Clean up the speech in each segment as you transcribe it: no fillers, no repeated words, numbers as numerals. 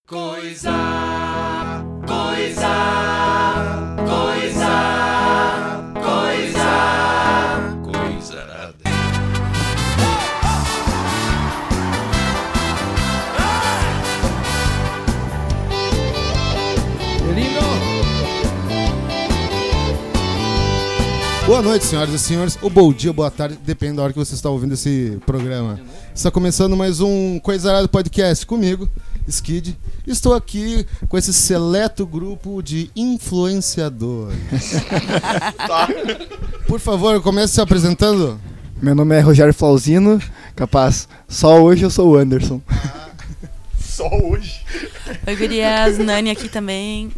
Coisarada. Boa noite, senhoras e senhores, ou bom dia, boa tarde, depende da hora que você está ouvindo esse programa. Está começando mais um Coisarada Podcast comigo, Skid. Estou aqui com esse seleto grupo de influenciadores. Tá. Por favor, comece se apresentando. Meu nome é Rogério Flauzino, capaz, só hoje eu sou o Anderson. Só hoje? Oi, gurias, Nani aqui também.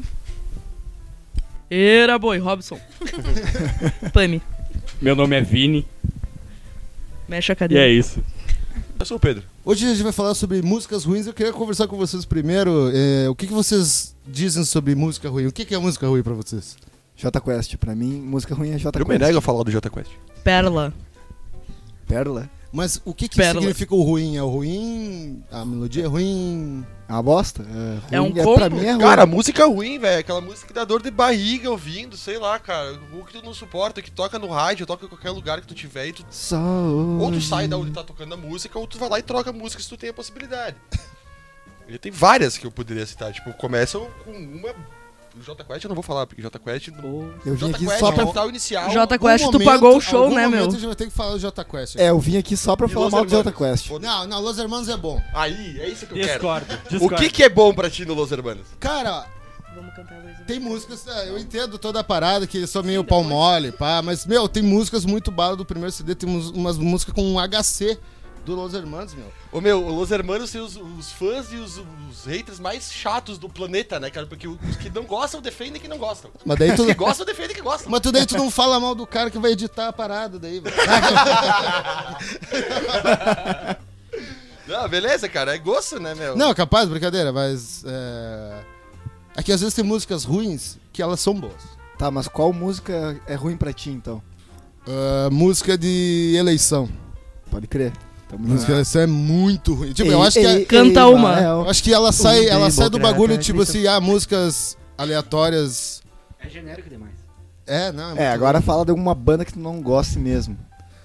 Era boi, Robson. Pami. Meu nome é Vini. Mexe a E cadeira. é isso. Eu sou o Pedro. Hoje a gente vai falar sobre músicas ruins. Eu queria conversar com vocês primeiro. O que vocês dizem sobre música ruim? O que é música ruim pra vocês? Jota Quest, pra mim, música ruim é Jota Eu Quest. me nego a falar do Jota Quest. Pérola. Pérola? Mas o que Pérola. significa o ruim? É o ruim? A melodia é ruim? É uma bosta? É um ruim, combo? pra mim é ruim. Cara, música ruim, velho. Aquela música que dá dor de barriga ouvindo, sei lá, cara. O que tu não suporta, que toca no rádio, toca em qualquer lugar que tu tiver e tu... Só Ou tu hoje. sai da onde tá tocando a música, ou tu vai lá e troca a música se tu tem a possibilidade. E tem várias que eu poderia citar. Tipo, começam com uma... O Jota Quest eu não vou falar, porque Jota Quest... Eu vim Jota aqui Quest só é pra... capital inicial. Jota Quest, tu pagou o show, né, meu? A gente vai ter que falar do Jota Quest. eu vim aqui só pra E falar Los mal do Jota Hermanos. Quest. Foda-se. Não, Los Hermanos é bom. Aí, é isso que eu quero. Discordo. O que é bom pra ti no Los Hermanos? Cara, Vamos cantar a Luísa. tem músicas, eu entendo toda a parada, que são meio pau mole, pá, mas, meu, tem músicas muito bala do primeiro CD, tem umas músicas com um HC do Los Hermanos, meu. Ô meu, o Los Hermanos tem os fãs e os haters mais chatos do planeta, né, cara? Porque os que não gostam defendem que não gostam. Mas daí tu, Os que gostam defendem que gostam. mas tu daí tu não fala mal do cara que vai editar a parada daí, velho. Não, beleza, cara, é gosto, né, meu? Não, capaz, brincadeira, mas é que às vezes tem músicas ruins que elas são boas. Tá, mas qual música é ruim pra ti, então? Música de eleição. Pode crer. Tamo Música de eleição é muito ruim. Tipo, Ei, eu acho que ei, Canta ei, uma. Mael. eu acho que ela sai do bagulho, Democrata, tipo assim, músicas aleatórias. É genérico demais. Não, É, muito agora fala de alguma banda que tu não goste mesmo.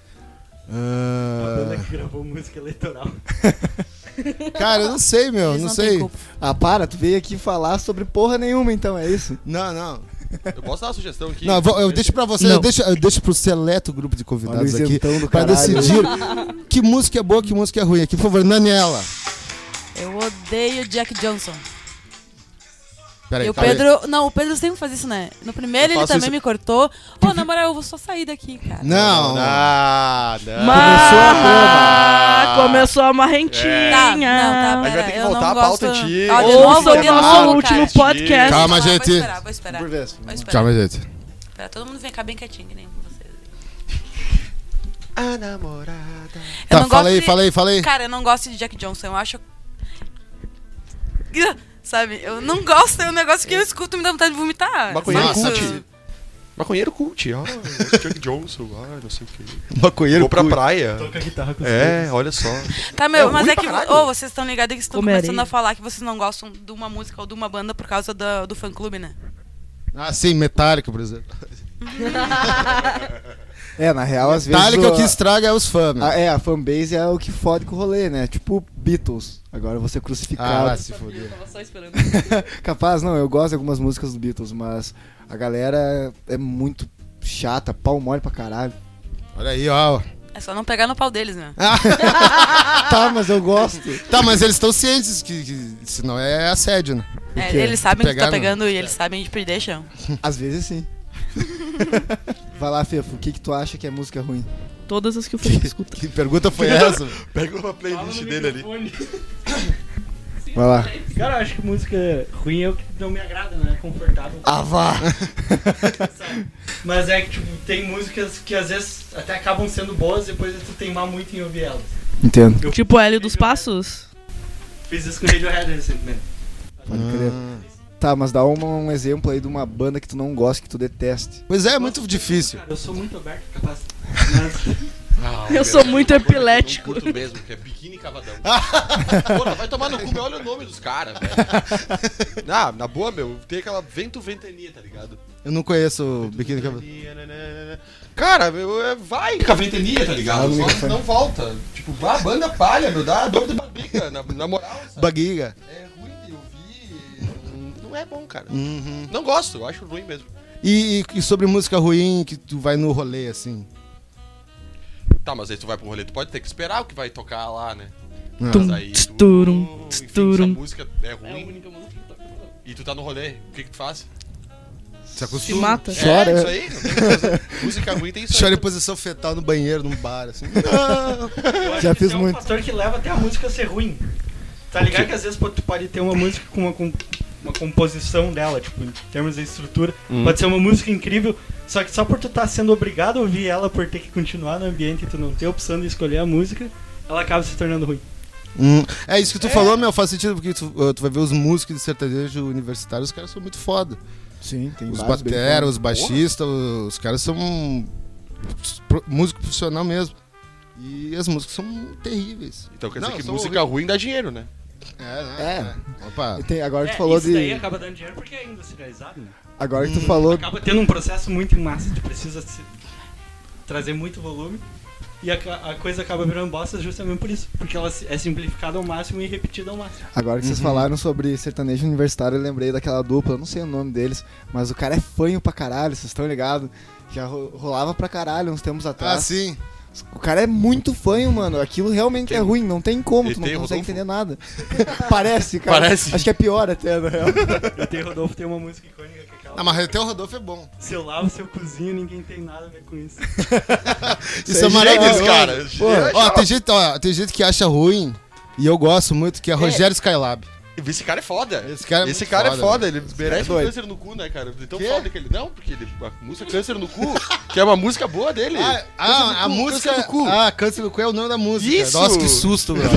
A banda que gravou música eleitoral. Cara, eu não sei, meu, Eles não têm sei. culpa. Ah, para, tu veio aqui falar sobre porra nenhuma, então, é isso? Não. Eu posso dar uma sugestão aqui? Não, eu deixo pra vocês, Não. eu deixo pro seleto grupo de convidados Olha o aqui isentão do pra caralho. decidir que música é boa, que música é ruim. Aqui, por favor, Daniela. Eu odeio Jack Johnson. Peraí, E o Pedro... Não, o Pedro sempre faz isso, né? No primeiro Eu ele faço também isso. me cortou. Pô, na moral, eu vou só sair daqui, cara. Não. Nada. Começou a marrentinha. Tá, não, tá, A gente vai ter que eu voltar não à pauta gosto... antiga. Ó, de Ouça novo, o de nosso novo, último cara. podcast. Calma, Vou gente. esperar. Por vez. Vou esperar. Calma, gente. Esperar. Todo mundo vem cá bem quietinho, que nem vocês. A namorada. Eu Tá, não fala gosto aí, de- fala aí. Cara, eu não gosto de Jack Johnson. Eu acho... Sabe, eu não gosto. É um negócio que eu escuto e me dá vontade de vomitar. Maconheiro Nossa. cult. Maconheiro cult. Chuck Johnson. Não sei o que. Maconheiro. Vou pra praia. Toca guitarra com É, olha só. Tá, meu, É mas ruim é que pra caralho. vocês estão ligados que estão Comeria. começando a falar que vocês não gostam de uma música ou de uma banda por causa do fã-clube, né? Ah, sim, Metallica, por exemplo. É, na real, às vezes... Metallica, o que estraga é os fãs, meu. A fanbase é o que fode com o rolê, né? Tipo Beatles. Agora eu vou ser crucificado. se foder. Tava só esperando. Capaz, não, eu gosto de algumas músicas dos Beatles, mas a galera é muito chata, pau mole pra caralho. Olha aí, ó. É só não pegar no pau deles, né? Tá, mas eu gosto. Tá, mas eles estão cientes que senão é assédio, né? É, quê? eles sabem que tu tá Pegaram? pegando e eles sabem de pedir deixam. Às vezes sim. Vai lá, Fefo, o que tu acha que é música ruim? Todas as que o Felipe escuta. Que pergunta foi essa? Pega uma playlist dele ali. Vai lá. Cara, eu acho que música ruim é o que não me agrada, né? Confortável. Ah, vá! Mas é que, tipo, tem músicas que às vezes até acabam sendo boas, depois tu teimar muito em ouvir elas. Entendo. Tipo Hélio dos Passos. Fiz isso com o Radiohead recentemente. Pode crer. Tá, mas dá um exemplo aí de uma banda que tu não gosta, que tu deteste. Pois é muito difícil. Cara, eu sou muito aberto, capaz. Mas Eu sou muito epilético. Eu curto mesmo, que é biquíni cavadão. Porra, vai tomar no cu, meu, olha o nome dos caras, velho. Na boa, meu, tem aquela Vento Ventania, tá ligado? Eu não conheço o Biquíni Cavadão. Cara, meu, vai com a ventania, tá ligado? Só não volta. Tipo, a banda palha, meu, dá dor de barriga, na moral, sabe? Baguiga. É ruim de ouvir, não é bom, cara. Uhum. Não gosto, eu acho ruim mesmo. E sobre música ruim que tu vai no rolê, assim? Tá, mas aí tu vai pro rolê, tu pode ter que esperar o que vai tocar lá, né? Não. Tum, Mas aí tu, tsturum, enfim, se a tsturum. música é ruim e tu tá no rolê, o que tu faz? Se Se acostuma. mata. Chora. É, isso aí, não tem o que fazer. Música ruim tem isso aí. Chora em posição fetal no banheiro, num bar, assim. Eu acho Já que fiz esse é um muito. fator que leva até a música a ser ruim. Tá ligado que às vezes tu pode ter uma música com uma composição dela, tipo, em termos de estrutura. Pode ser uma música incrível, só que só por tu tá sendo obrigado a ouvir ela, por ter que continuar no ambiente e tu não ter a opção de escolher a música, ela acaba se tornando ruim. É isso que tu falou, meu, faz sentido, porque tu vai ver os músicos de sertanejo universitário, os caras são muito foda. Sim, tem Os vários bem batera, foda. os baixistas, os caras são músico profissional mesmo. E as músicas são terríveis. Então quer dizer Não, que são música ruim dá dinheiro, né? Opa. E tem- agora que tu É, falou isso daí de. acaba dando dinheiro porque é industrializado, né? Agora que tu falou. Acaba tendo um processo muito em massa, tu precisa trazer muito volume e a coisa acaba virando bosta justamente por isso, porque ela é simplificada ao máximo e repetida ao máximo. Agora que vocês falaram sobre sertanejo universitário, eu lembrei daquela dupla, eu não sei o nome deles, mas o cara é fanho pra caralho, vocês estão ligados? Já rolava pra caralho uns tempos Ah, atrás. sim. O cara é muito fanho, mano. Aquilo realmente é ruim, não tem como, Ele tu não tem consegue Rodolfo? entender nada. Parece, cara. Parece. Acho que é pior até, na real. Eu tenho Rodolfo, tem uma música icônica que é aquela. Ah, mas até o Rodolfo é bom. Se eu lavo, se eu cozinho, ninguém tem nada a ver com isso. Isso é é maravilhoso. Gênios, cara. Pô, Ó, tem gente que acha ruim, e eu gosto muito, que é Rogério Skylab. Esse cara é foda. Esse cara é Esse muito cara foda, é foda, ele merece um doido. câncer no cu, né, cara? De tão Quê? foda que ele. Não, porque ele. A música Câncer no Cu, que é uma música boa dele. A música. Câncer no Cu. Ah, Câncer no Cu é o nome da música. Isso! Nossa, que susto, bro.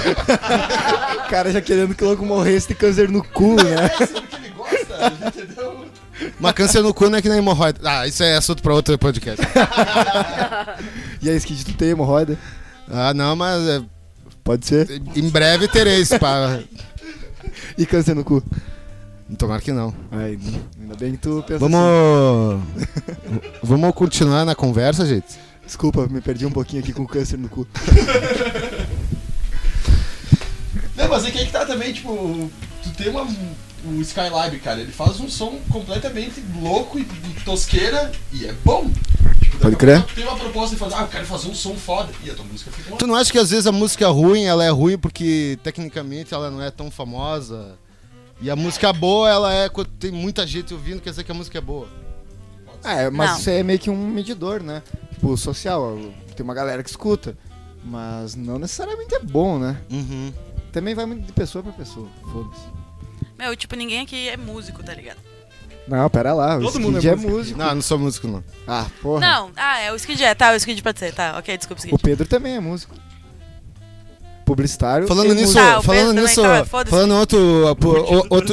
O cara já querendo que o louco morresse de câncer no cu, né? É assim que ele gosta, entendeu? Mas câncer no cu não é que nem hemorroida. Ah, isso é assunto pra outro podcast. E aí, Skid, tu tem hemorroida? Ah, não, mas Pode ser. em breve terei isso pra... E câncer no cu? Tomara que não. Ai, ainda bem que tu pensa Vamos... assim. Vamos continuar na conversa, gente? Desculpa, me perdi um pouquinho aqui com câncer no cu. Não, mas é que aí que tá também, tipo, tu tem o Skylab, cara, ele faz um som completamente louco e tosqueira e é bom. Tipo, Pode daqui a crer. pouco Tu tem uma proposta de fazer, eu quero fazer um som foda e a tua música fica uma... Tu não acha que às vezes a música ruim, ela é ruim porque tecnicamente ela não é tão famosa? E a música boa, ela é quando tem muita gente ouvindo, quer dizer que a música é boa. Mas Não. isso aí é meio que um medidor, né? Tipo, social. Tem uma galera que escuta. Mas não necessariamente é bom, né? Uhum. Também vai muito de pessoa pra pessoa. Foda-se. Meu, tipo, ninguém aqui é músico, tá ligado? Não, pera lá. O Todo mundo Skid é é músico. músico. Não, não sou músico, não. Ah, porra. Não, o Skid é, tá, o Skid pode ser, tá, ok, desculpa, O Skid. Pedro também é músico. Publicitário. Falando e nisso, músico. Ah, o falando Pedro nisso, também tá, foda-se. falando outro,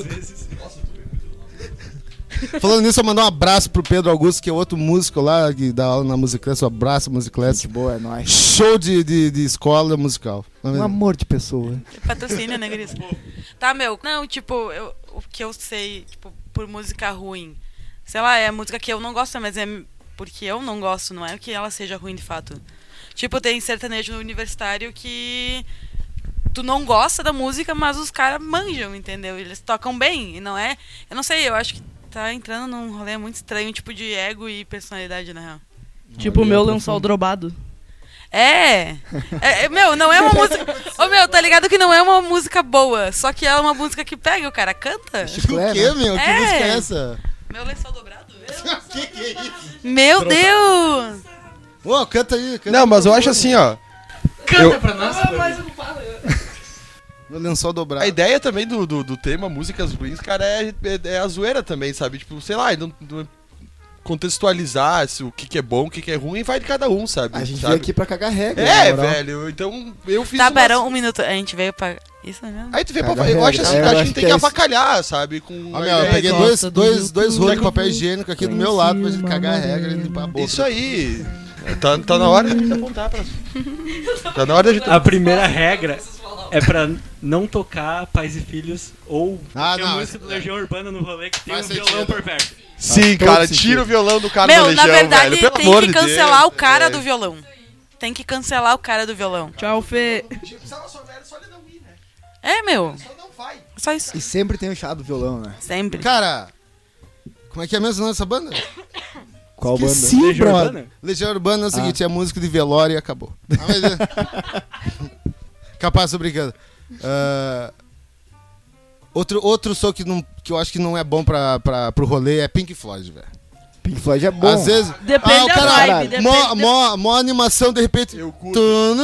falando nisso, eu mandar um abraço pro Pedro Augusto, que é outro músico lá, que dá aula na Musiclass. Um abraço, Musiclass. Gente boa, é nóis. Show de escola musical. Um amor de pessoa. Patrocínio, né, Gris? Tá, meu, não, tipo, o que eu sei, tipo, por música ruim, sei lá, é música que eu não gosto, mas é porque eu não gosto, não é que ela seja ruim de fato. Tipo, tem sertanejo universitário que tu não gosta da música, mas os caras manjam, entendeu? Eles tocam bem, e não é... Eu não sei, eu acho que tá entrando num rolê muito estranho, tipo de ego e personalidade, na real. Tipo o meu lençol drobado. Meu, não é uma música... Ô, meu, tá ligado que não é uma música boa, só que é uma música que pega, o cara canta. O Chiclé, quê, né? meu? Que É. música é essa? Meu lençol dobrado? Que é isso? Meu Deus! Ô, canta aí. Canta Não, mas eu aí, acho assim, ó, Canta pra nós, Meu lençol dobrado. a ideia também do tema músicas ruins, cara, é a zoeira também, sabe? Tipo, sei lá, não contextualizar o que é bom, o que é ruim, vai de cada um, sabe? A gente sabe? veio aqui pra cagar regra. É, na moral. velho, então eu fiz Tá, uma- pera, um minuto. A gente veio pra... Isso mesmo? Aí tu vê pra... Caga Eu acho regra. assim, É, eu a acho gente que tem é que isso. avacalhar, sabe? Com Ó, a meu, eu ideia peguei de- gosta dois do rolos de YouTube. papel higiênico aqui do meu lado pra gente cagar a regra e limpar a boca. Isso aí. Tá na hora de apontar pra... Tá na hora de... A primeira regra é pra não tocar Pais e Filhos ou Ah, qualquer não, música do Legião Urbana no rolê que tem um faz violão sentido. por perto. Sim, todo cara, sentido. tira o violão do cara Meu, da Legião, na verdade, velho. Pelo tem amor que de cancelar Deus. o cara do violão. Tem que cancelar o cara do violão. Tchau, Fê. É, meu. Só isso. E sempre tem o chá do violão, né? Sempre. Cara, como é que é mesmo o nome dessa banda? Qual banda? Esqueci, Legião brother. Urbana? Legião Urbana é o seguinte, é música de velório e acabou. Ah, mas Capaz, tô brincando. Outro som que eu acho que não é bom pro rolê é Pink Floyd, velho. Pink Floyd é bom. Às vezes... Depende o da cara, vibe, depende- mó animação, de repente... Eu curto.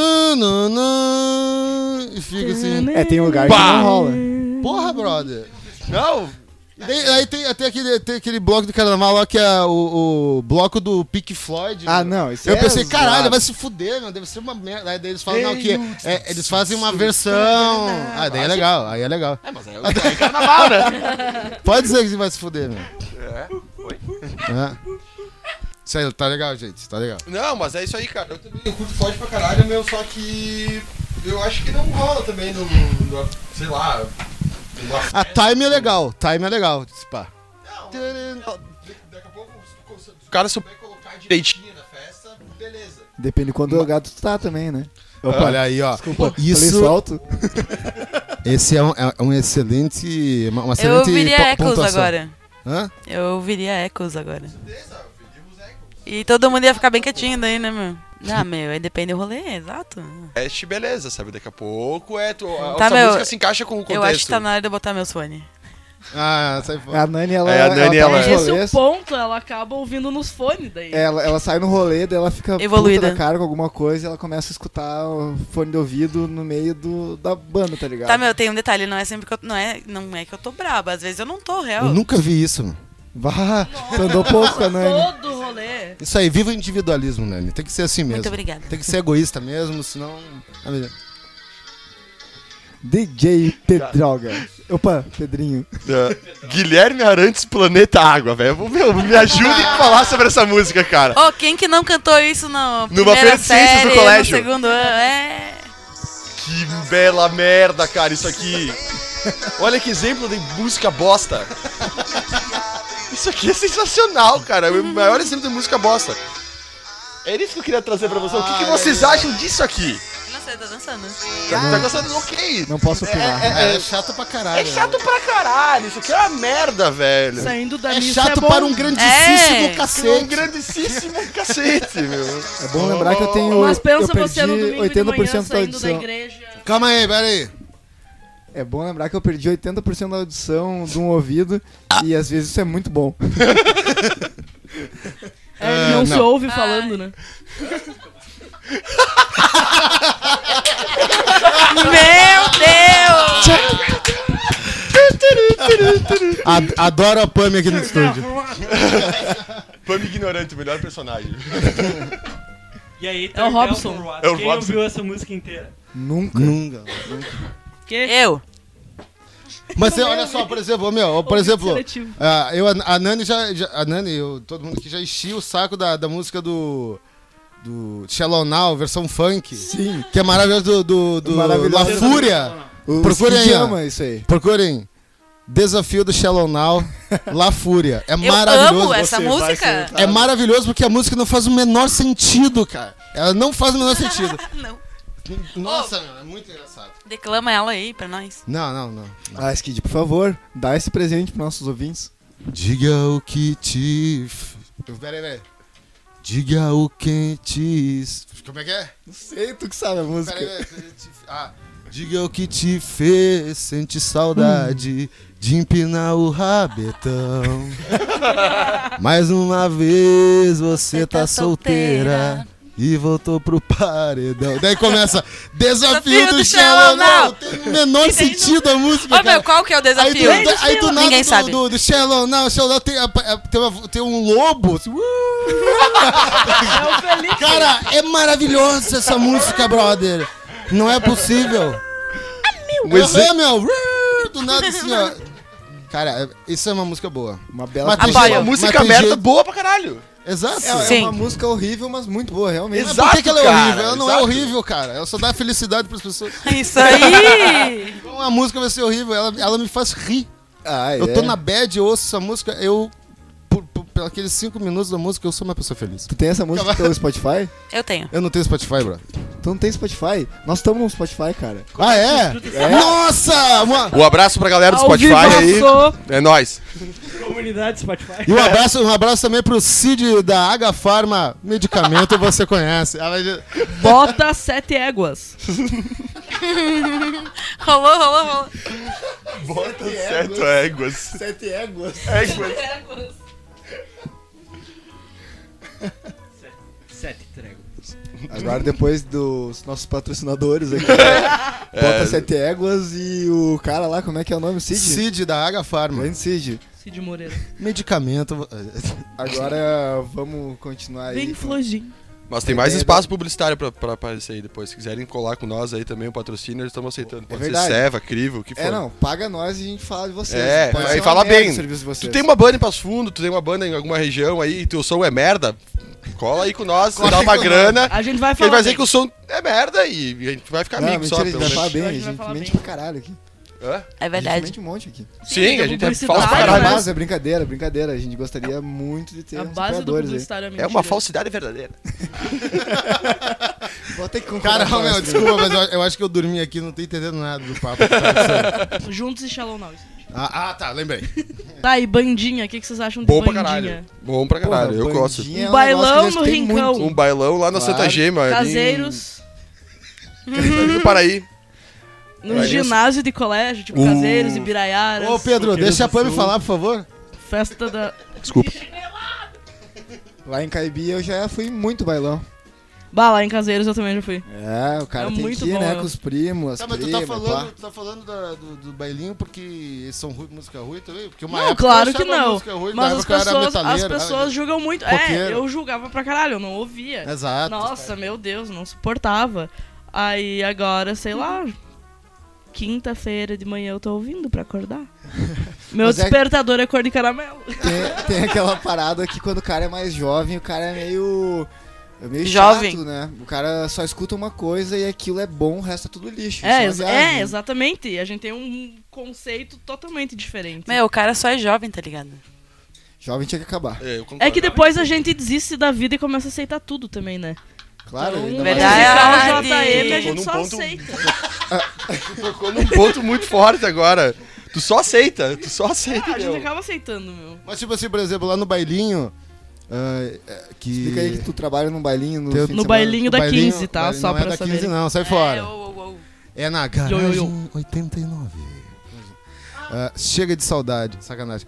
E fica assim... É, tem lugar que Pá! não rola. Porra, brother. Não, Aí tem aquele bloco do carnaval lá que é o bloco do Pink Floyd. Ah, meu. não, isso Eu é pensei, zoado. caralho, vai se fuder, meu, deve ser uma merda. Aí daí eles falam, não, que eles fazem uma versão. Ah, daí é legal, aí é legal. mas aí é carnaval, né? Pode dizer que vai se fuder, meu. É, foi. É. Isso aí, tá legal, gente, tá legal. Não, mas é isso aí, cara. Eu também curto Floyd pra caralho, meu, só que eu acho que não rola também no sei lá... A Time é legal, se pá. Daqui a pouco, se o cara souber colocar direitinho na festa, beleza. Depende de quando o gato tu tá também, né? Opa, Olha aí, ó. desculpa, falei Isso, alto. esse é um excelente, uma Eu excelente ouviria Echoes pontuação. agora. Hã? Eu ouviria Echoes agora. E todo mundo ia ficar bem quietinho daí, né, meu? Ah, meu, aí depende do rolê, exato. Este, beleza, sabe? Daqui a pouco a Tá, essa meu, música se encaixa com o contexto. Eu acho que tá na hora de eu botar meus fones. Ah, sai fora. A Nani, ela, É, a Nani, ela tá ela- nos Esse é o rolês, ponto, ela acaba ouvindo nos fones daí. ela sai no rolê, daí ela fica Evoluída. puta da cara com alguma coisa e ela começa a escutar o fone de ouvido no meio da banda, tá ligado? Tá, meu, tem um detalhe, não é sempre que eu... Não é que eu tô braba, às vezes eu não tô, real. Eu nunca vi isso, mano. Vá, tu andou pouco com a Nani. Todo rolê. Isso aí, viva o individualismo, Nani. Tem que ser assim mesmo. Muito obrigada. Tem que ser egoísta mesmo, senão... DJ Pedroga. Opa, Pedrinho. Guilherme Arantes, Planeta Água, velho. Meu, me ajude a falar sobre essa música, cara. Ô, quem que não cantou isso na Numa primeira feira de ciências do série, colégio. no segundo ano? É... Que bela merda, cara, isso aqui. Olha que exemplo de música bosta. Isso aqui é sensacional, cara. É o maior exemplo de música bosta. É isso que eu queria trazer pra vocês. O que vocês acham disso aqui? Não sei, tô dançando. Tá gostando? Ok. Não posso opinar. É chato pra caralho. É chato pra caralho. Isso aqui é uma merda, velho. Saindo da É missa chato é bom. para um grandíssimo É. É um cacete. grandíssimo cacete, meu. É bom lembrar que eu tenho. Mas pensa eu perdi você no domingo de manhã 80% da saindo da audição. igreja. Calma aí, pera aí. É bom lembrar que eu perdi 80% da audição de um ouvido e às vezes isso é muito bom. É, não se ouve falando, né? Meu Deus! Adoro a Pami aqui no estúdio. Pami ignorante, o melhor personagem. E aí, É o Robson. É o Quem Robson. ouviu essa música inteira? Nunca. Que? Eu. Mas olha só, por exemplo, por exemplo, Seletivo. a Nani a Nani, todo mundo aqui já enchia o saco da música do Shallow Now, versão funk. Sim. Que é maravilhoso do Maravilhoso. La Fúria. O Procurem Skid aí, ó. ama isso aí. Procurem Desafio do Shallow Now, La Fúria. É Eu maravilhoso. amo essa Você vai música. ser- É maravilhoso porque a música não faz o menor sentido, cara. Ela não faz o menor sentido. Não. Nossa, meu, é muito engraçado. Declama ela aí pra nós. Não. Ah, Skid, por favor, dá esse presente pros nossos ouvintes. Diga o que te... Peraí. Diga o que te... Como é que é? Não sei, tu que sabe a música. Peraí. Diga o que te fez sentir saudade de empinar o rabetão. Mais uma vez você tá solteira e voltou pro paredão. Daí começa Desafio do Shallow Now. Não tem o menor sentido a música, Ô, cara. meu, qual que é o desafio? Aí do nada Ninguém sabe. do Shallow Now tem um lobo. Assim, É o Felipe. Cara, é maravilhosa essa música, brother. Não é possível. Meu. Do nada assim, ó. Cara, isso é uma música boa. Uma bela Mas tem Apoio. gente- Uma música mas tem merda gente- boa pra caralho. Exato. É Sim. uma música horrível, mas muito boa, realmente. Mas Exato, por que ela é cara, horrível? Ela não é exato. horrível, cara. Ela só dá felicidade pras pessoas. Isso aí! Então a música vai ser horrível, ela me faz rir. Ah, Eu tô na bad, eu ouço essa música, por aqueles 5 minutos da música, eu sou uma pessoa feliz. Tu tem essa música pelo Spotify? Eu tenho. Eu não tenho Spotify, bro. Tu não tem Spotify? Nós estamos no Spotify, cara. Ah, é? Nossa! Um abraço pra galera do Ao Spotify aí. vivaço. É nóis. Comunidade Spotify. E um abraço também pro Cid da Aga Pharma Medicamento, você conhece. Bota 7 éguas. Rolou. Bota certo, éguas. 7 éguas. Éguas. 7 tréguas. Agora, depois dos nossos patrocinadores aqui, bota 7 éguas e o cara lá, como é que é o nome? Cid? Cid da Aga Pharma Grande Cid. Cid Moreira. Medicamento. Agora vamos continuar aí. Bem flojinho. Mas tem mais espaço publicitário pra aparecer aí depois. Se quiserem colar com nós aí também, o patrocínio, estamos aceitando. Pode ser verdade. Seva, Crivo, o que for. É, não, paga nós e a gente fala de vocês. É, Pode ser aí uma fala merda bem. o serviço de vocês. Tu tem uma banda em Passo Fundo, tu tem uma banda em alguma região aí, e teu som é merda, cola aí com nós, dá uma grana. A gente vai Que ele falar. vai dizer bem. que o som é merda e a gente vai ficar Não, amigo mentira, só, a gente pelo vai falar menos. bem, A a gente vai gente falar mente bem. pra caralho aqui. Hã? É A verdade. gente mente um monte aqui. Sim, a gente é falso pra publicidade, caralho. né? Mas é brincadeira. A gente gostaria muito de ter A uns base do apoiadores aí. publicitário é É mentira. uma falsidade verdadeira. Vou ter que concordar Cara, com meu, essa, desculpa, mas eu acho que eu dormi aqui e não tô entendendo nada do papo. que tá acontecendo. Juntos e Shallow Now. Tá, lembrei. Tá, e bandinha, o que vocês acham de Bom pra bandinha? caralho. Bom pra Porra, caralho, eu gosto. bandinha é Um bailão negócio que no nós tem rincão. muito. Um bailão lá na Claro. Santa Gema. ali Caseiros, No Paraí. no Mas ginásio de colégio, tipo Caseiros, Ibiraiaras. Ô, Pedro, Coqueiros deixa a do Pam me Sul. falar, por favor. Festa da... Desculpa. Lá em Caibi eu já fui muito bailão. Bah, lá em Caseiros eu também já fui. É, o cara É tem muito que ir, bom, né, eu- com os primos, as Tá, mas tu primas, tá falando do bailinho porque eles são música ruim também? Porque uma Não, época claro eu que achava não. música ruim, Mas na as época eu era pessoas, as metaleiro. pessoas julgam muito. Roqueiro. É, eu julgava pra caralho, eu não ouvia. Exato. Nossa, meu Deus, não suportava. Aí agora, sei lá, quinta-feira de manhã eu tô ouvindo pra acordar. Meu Mas é- despertador é cor de caramelo. Tem aquela parada que quando o cara é mais jovem, o cara é meio Jovem. chato, né? O cara só escuta uma coisa e aquilo é bom, o resto é tudo lixo. É, Isso é uma viagem. exatamente. A gente tem um conceito totalmente diferente. Meu, o cara só é jovem, tá ligado? Jovem tinha que acabar. Eu concordo. É que depois a gente desiste da vida e começa a aceitar tudo também, né? Claro, Então, ainda mais- Verdade. musical JM a gente Num só ponto- aceita. Tocou num ponto muito forte agora. Tu só aceita, A gente meu. acaba aceitando, meu. Mas tipo assim, por exemplo, lá no bailinho... que... Explica aí que tu trabalha num bailinho no Teu- fim de No semana. bailinho da 15, tá? bailinho Só não pra é da 15 saber. não, sai fora. É, ô. É na Yo, garagem yo, 89. Chega de saudade, sacanagem.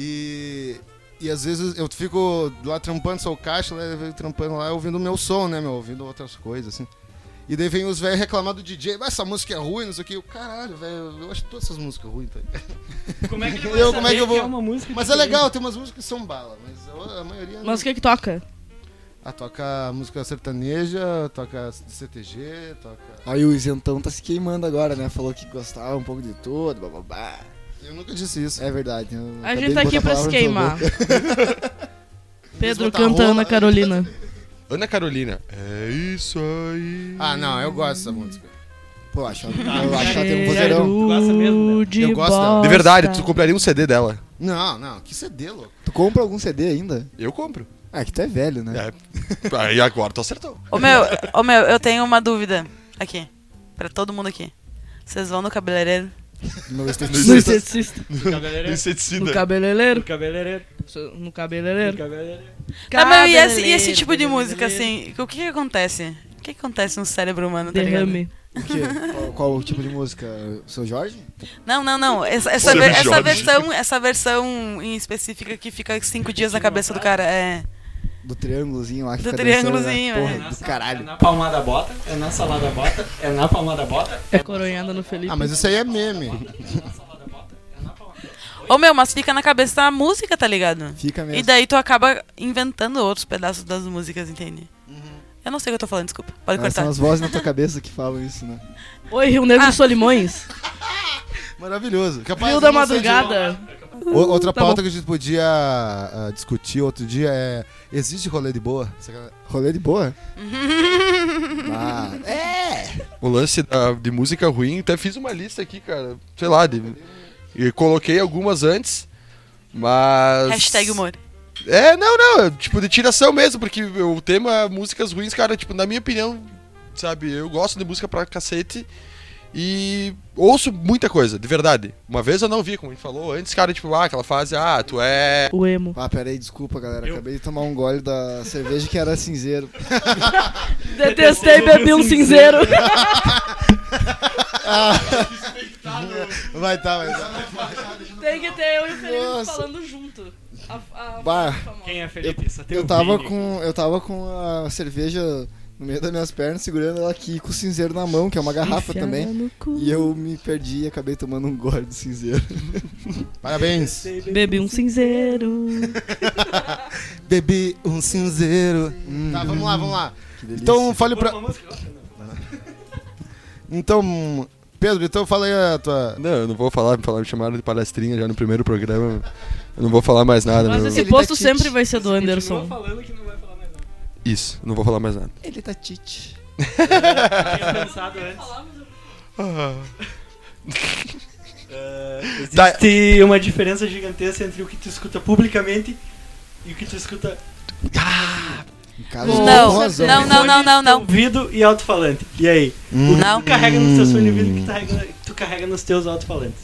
E às vezes eu fico lá trampando, sou o caixa, né, eu fico trampando lá, ouvindo o meu som, né, meu, ouvindo outras coisas, assim. E daí vem os velhos reclamar do DJ, essa música é ruim, não sei o que. Caralho, velho, eu acho todas essas músicas ruins, tá? Como é que ele Eu- vai como é que eu saber vou- é uma música Mas é diferente? legal, tem umas músicas que são bala, mas a maioria não. Mas o que toca? Toca música sertaneja, toca CTG, toca... Aí o isentão tá se queimando agora, né? Falou que gostava um pouco de tudo, bababá. Eu nunca disse isso. É verdade. eu A acabei gente de tá aqui botar pra se palavra na tua queimar. boca. Pedro botar canta rola, Ana Carolina. Ana Carolina. É isso aí. Ah, não, eu gosto dessa música. Pô, acho que ela tem um vozeirão. Tu gosta mesmo, né? De Eu gosto dela. De verdade, bosta. tu compraria um CD dela? Não, que CD, louco. Tu compra algum CD ainda? Eu compro. Ah, que tu é velho, né? É. Aí agora tu acertou. Ô meu, eu tenho uma dúvida aqui. Pra todo mundo aqui. Vocês vão no cabeleireiro? No No esteticista. esteticista. No cabeleireiro. Inseticida. No cabeleireiro. No cabeleireiro. No No cabeleireiro. cabeleireiro. Tá, meu, e esse Cabeleireiro. tipo de música, assim, o que acontece? O que acontece no cérebro humano, tá ligado? Derrame. O quê? Qual o tipo de música? O seu Jorge? Não. Essa Seu Jorge. versão em específica que fica 5 dias na cabeça do cara. É. Do triângulozinho lá que Do fica dançando, triângulozinho, né? é. Porra, do É caralho. na palmada bota, é na salada bota, é na palmada bota, É coronhada no Felipe. Ah, mas isso aí é meme. na salada bota, é na palmada. Ô meu, mas fica na cabeça da música, tá ligado? Fica mesmo. E daí tu acaba inventando outros pedaços das músicas, entende? Eu não sei o que eu tô falando, desculpa. Pode Ah, cortar. são as vozes na tua cabeça que falam isso, né? Oi, Rio Negro Ah. e Solimões. Maravilhoso. Capaz, Rio da eu não sei de- Madrugada. Outra Tá pauta bom. que a gente podia discutir outro dia é: existe rolê de boa? Rolê de boa? O lance de música ruim, até fiz uma lista aqui, cara. Sei lá, e coloquei algumas antes, mas... Hashtag humor. Não, tipo, de tiração mesmo, porque o tema músicas ruins, cara, tipo, na minha opinião, sabe, eu gosto de música pra cacete e ouço muita coisa, de verdade. Uma vez eu não vi, como a gente falou antes, cara, tipo, aquela fase, tu é... O emo. Ah, pera aí, desculpa, galera. Acabei de tomar um gole da cerveja que era cinzeiro. Detestei, bebi um cinzeiro. Vai tá. Tem que ter eu e o Felipe Nossa. falando junto. Bah. famosa. Quem é Felipe? Só tem Eu o tava Vini. com a cerveja no meio das minhas pernas, segurando ela aqui com o cinzeiro na mão, que é uma garrafa Enfiada também. no cu. E eu me perdi e acabei tomando um gole do cinzeiro. Parabéns. Bebi um cinzeiro. Bebi um cinzeiro. Tá, vamos lá. Que delícia. Então, fale pra... Uma música, outra, não. Então, Pedro, então fala aí a tua... Não, eu não vou falar, me chamaram de palestrinha já no primeiro programa, eu não vou falar mais nada. Mas meu. esse Ele posto tá sempre vai ser do Continua Anderson. falando que não vai falar mais nada. Isso, não vou falar mais nada. Ele tá tite. Eu tinha pensado antes. Existe uma diferença gigantesca entre o que tu escuta publicamente e o que tu escuta Em casa, Não, com razão. não. ouvido e alto-falante. E aí? O que Não. tu carrega no teu fone de ouvido que tu carrega nos teus alto-falantes?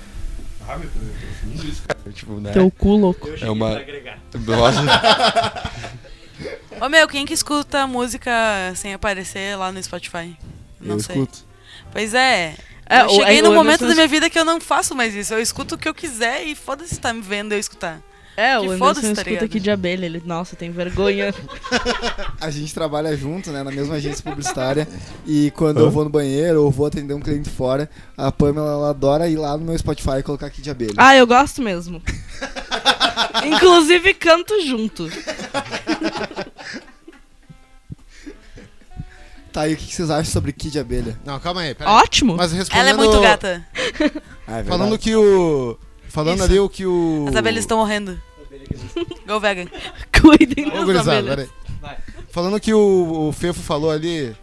Tipo, né? Teu cu, louco. Eu cheguei uma- pra agregar. Nossa. Ô meu, quem que escuta música sem aparecer lá no Spotify? Não Eu sei. escuto. Pois é. É, Eu cheguei o num Anderson momento da minha vida que eu não faço mais isso. Eu escuto o que eu quiser e foda-se tá me vendo eu escutar. É, o Que Anderson foda-se, tá escuta ligado? aqui de abelha. Ele, nossa, tem vergonha. A gente trabalha junto, né, na mesma agência publicitária. E quando eu vou no banheiro ou vou atender um cliente fora, a Pamela ela adora ir lá no meu Spotify e colocar aqui de abelha. Ah, eu gosto mesmo. Inclusive canto junto. Tá, e o que vocês acham sobre Kid Abelha? Não, calma aí, peraí. Ótimo. Mas respondendo... Ela é muito gata. Ah, é Falando verdade. que o... Falando Isso. ali o que o... As abelhas estão morrendo. Go vegan. Cuidem Ô, das gurizada, abelhas. peraí. Falando que o Fefo falou ali...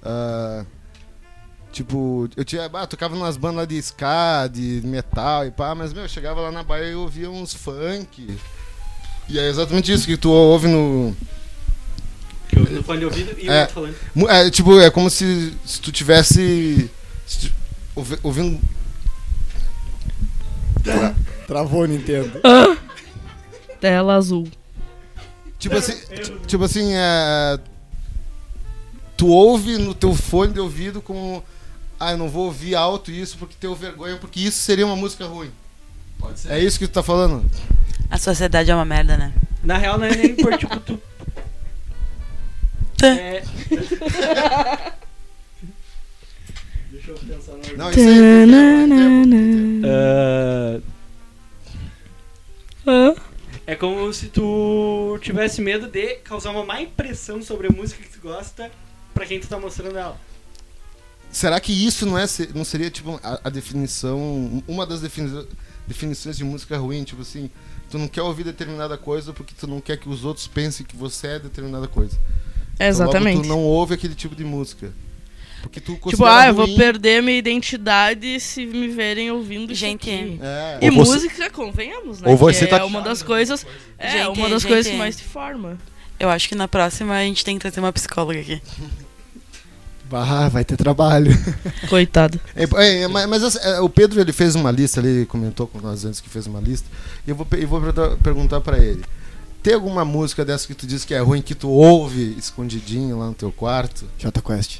tipo, tocava nas bandas lá de ska, de metal e pá, mas, meu, eu chegava lá na Bahia e eu ouvia uns funk. E é exatamente isso que tu ouve no... Que eu no fone de ouvido e o É. alto-falante. Tipo, é como se tu tivesse... ouvindo... Travou o Nintendo. Tela azul. Tipo assim, tu ouve no teu fone de ouvido como... eu não vou ouvir alto isso porque tenho vergonha, porque isso seria uma música ruim. Pode ser. É isso que tu tá falando? A sociedade é uma merda, né? Na real, não é nem por tipo tu. É... Deixa eu pensar no Não, isso aí... É como se tu tivesse medo de causar uma má impressão sobre a música que tu gosta pra quem tu tá mostrando ela. Será que isso não seria tipo a definição, uma das definições de música ruim? Tipo assim, tu não quer ouvir determinada coisa porque tu não quer que os outros pensem que você é determinada coisa. Exatamente. Então, logo, tu não ouve aquele tipo de música. Porque tu Tipo, considera eu vou ruim. perder minha identidade se me verem ouvindo Gente, isso aqui. É. E Ou você- música, convenhamos, né? ou você que tá- é uma das coisas, Gente, uma das gente. coisas que mais te forma. Eu acho que na próxima a gente tem que trazer uma psicóloga aqui. Vai ter trabalho. Coitado. Mas o Pedro ele fez uma lista ali, comentou com nós antes que fez uma lista. E eu vou perguntar pra ele. Tem alguma música dessa que tu diz que é ruim, que tu ouve escondidinho lá no teu quarto? Jota Quest.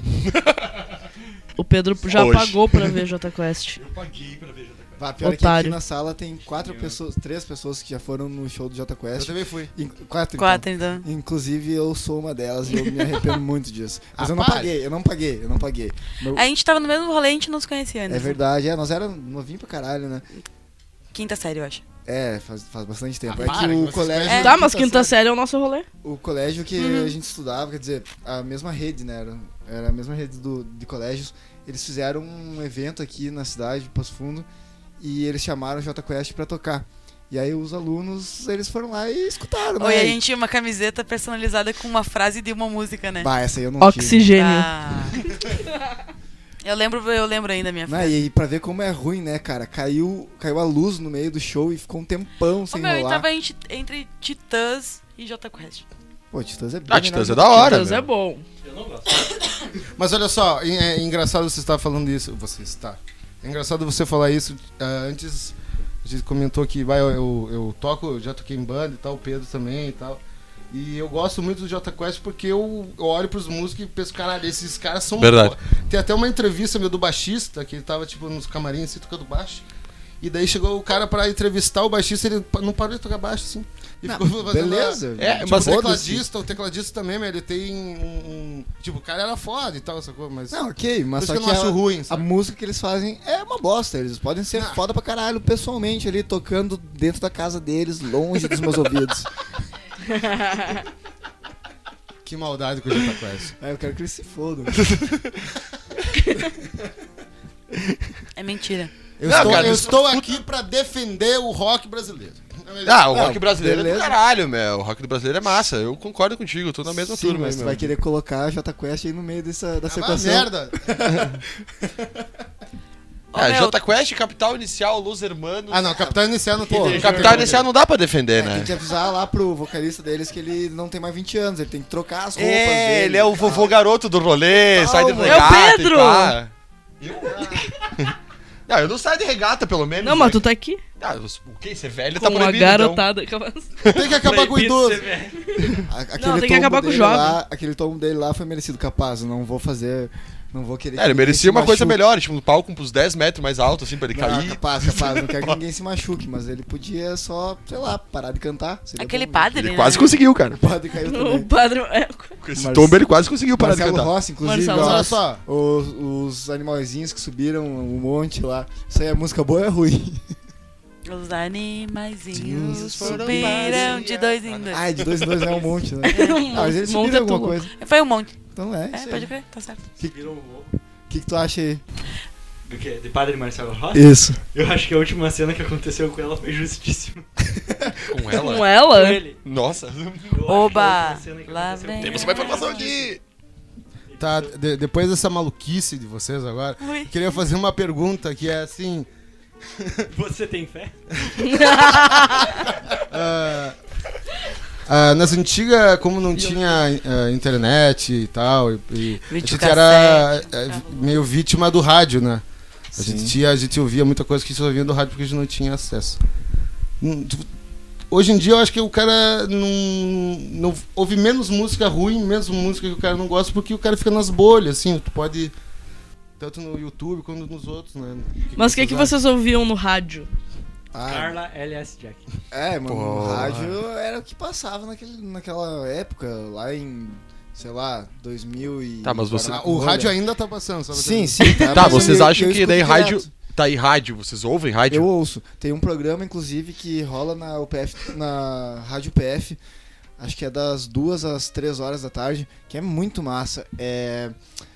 O Pedro já Hoje. pagou pra ver Jota Quest. Pior que aqui Otário. na sala tem 3 pessoas que já foram no show do Jota Eu Quest. também fui. 4, então. 4, então. Inclusive eu sou uma delas e eu me arrependo muito disso. Mas Ah, eu não pare. paguei. A gente tava no mesmo rolê e a gente não se conhecia ainda. É verdade, nós era novinho pra caralho, né? Quinta série, eu acho. É, faz bastante tempo. Ah, É para, que que o vocês colégio. conhecem. Tá, mas quinta série é o nosso rolê. O colégio que Uhum. a gente estudava, quer dizer, a mesma rede, né? Era a mesma rede de colégios. Eles fizeram um evento aqui na cidade, de Passo Fundo, e eles chamaram o Jota Quest pra tocar. E aí os alunos, eles foram lá e escutaram, Oi, né? a gente tinha uma camiseta personalizada com uma frase de uma música, né? Bah, essa aí eu não tive. Oxigênio. Ah. Eu lembro ainda a minha Não, frase. e pra ver como é ruim, né, cara? Caiu a luz no meio do show e ficou um tempão Ô, sem meu, eu rolar. tava entre Titãs e Jota Quest. Pô, Titãs é bem Ah, Titãs melhor é da hora. Deus meu. é bom. Eu não gosto. Mas olha só, é engraçado você estar falando isso. Você está. É engraçado você falar isso. Antes a gente comentou que eu toco, já toquei em banda e tal, o Pedro também e tal. E eu gosto muito do Jota Quest porque eu olho pros músicos e penso, caralho, esses caras são... Verdade. Tem até uma entrevista meu do baixista, que ele tava tipo nos camarins assim, tocando baixo. E daí chegou o cara pra entrevistar o baixista, ele não parou de tocar baixo, assim. E Não, ficou fazendo beleza. É, tipo, mas o tecladista também, mas ele tem tipo, o cara era foda e tal, sacou? Mas Não, ok, mas por só isso que eu que não acho ruim, a sabe? música que eles fazem é uma bosta. Eles podem ser Não. foda pra caralho pessoalmente ali, tocando dentro da casa deles, longe dos meus ouvidos. Que maldade com o Jota Quest. Eu quero que eles se fodam. É mentira. Eu estou aqui pra defender o rock brasileiro. Ah, o Não, rock brasileiro é beleza. do caralho, meu. O rock do brasileiro é massa. Eu concordo contigo, eu tô na mesma Sim, turma aí, mas tu meu. vai querer colocar a Jota Quest aí no meio dessa Ah, equação. merda. Ô, É, meu, Jota Quest, Capital Inicial, Los Hermanos. Ah, não, Capital Inicial não tem. Pô, Capital Inicial não dá pra defender, Tem né? que avisar lá pro vocalista deles que ele não tem mais 20 anos, ele tem que trocar as roupas É, dele. ele é o vovô garoto do rolê, sai de Calma. regata É o Pedro! e pá. Não, eu não saio de regata, pelo menos. Não, mas né? tu tá aqui Ah, o que? Ser velho tá com uma proibido, então. garotada. Tem que acabar com o idoso. Aquele Não, tem que tombo acabar com o dele jovem. lá, aquele tombo dele lá foi merecido, capaz. Eu não vou fazer. Não vou querer. É, ele que ninguém merecia se uma coisa machuque. melhor, tipo um palco uns 10 metros mais alto, assim, pra ele Não, cair. capaz. Não quero que ninguém se machuque, mas ele podia só, sei lá, parar de cantar. Seria aquele bom. padre, Ele né? quase conseguiu, cara. O padre caiu O também. padre. É, Com esse Marce- tombo ele quase conseguiu parar de Marcelo cantar. Rossi, inclusive, Marcelo ó, Olha só. os animaizinhos que subiram um monte lá. Isso aí é música boa ou é ruim? Os animaizinhos Sim, foram subiram de dois em dois. Ah, de 2 em 2 não é um monte, né? Ah, mas eles Monte subiram é alguma tudo. coisa. Foi um monte. Então é, É, isso pode aí. crer, tá certo. O que tu acha aí? Do quê? De Padre Marcelo Rossi? Isso. Eu acho que a última cena que aconteceu com ela foi justíssima. Com ela? com ela? Com ele. Nossa. Eu acho que a Oba! última cena que Lá aconteceu vem. com Temos ela uma informação aqui. Tá, depois dessa maluquice de vocês agora, Ui. eu queria fazer uma pergunta que é assim. Você tem fé? Nas antigas, como não tinha internet e tal, e a gente Videocassete. era meio vítima do rádio, né? Sim. A gente ouvia muita coisa que a gente ouvia do rádio porque a gente não tinha acesso. Tipo, hoje em dia eu acho que o cara não ouve menos música ruim, menos música que o cara não gosta, porque o cara fica nas bolhas, assim, tu pode. Tanto no YouTube quanto nos outros, né? Mas o que vocês ouviam no rádio? Ah, Carla L.S. Jack. é, mano, o Porra. rádio era o que passava naquela época, lá em, sei lá, 2000 e... Tá, mas você- O rádio ainda tá passando, sabe? Sim, sim. Tá, mas vocês eu acham que escuto daí rádio. direto. Tá aí rádio, vocês ouvem rádio? Eu ouço. Tem um programa, inclusive, que rola na UPF, na Rádio UPF, acho que é das 2 às 3 horas da tarde, que é muito massa. É...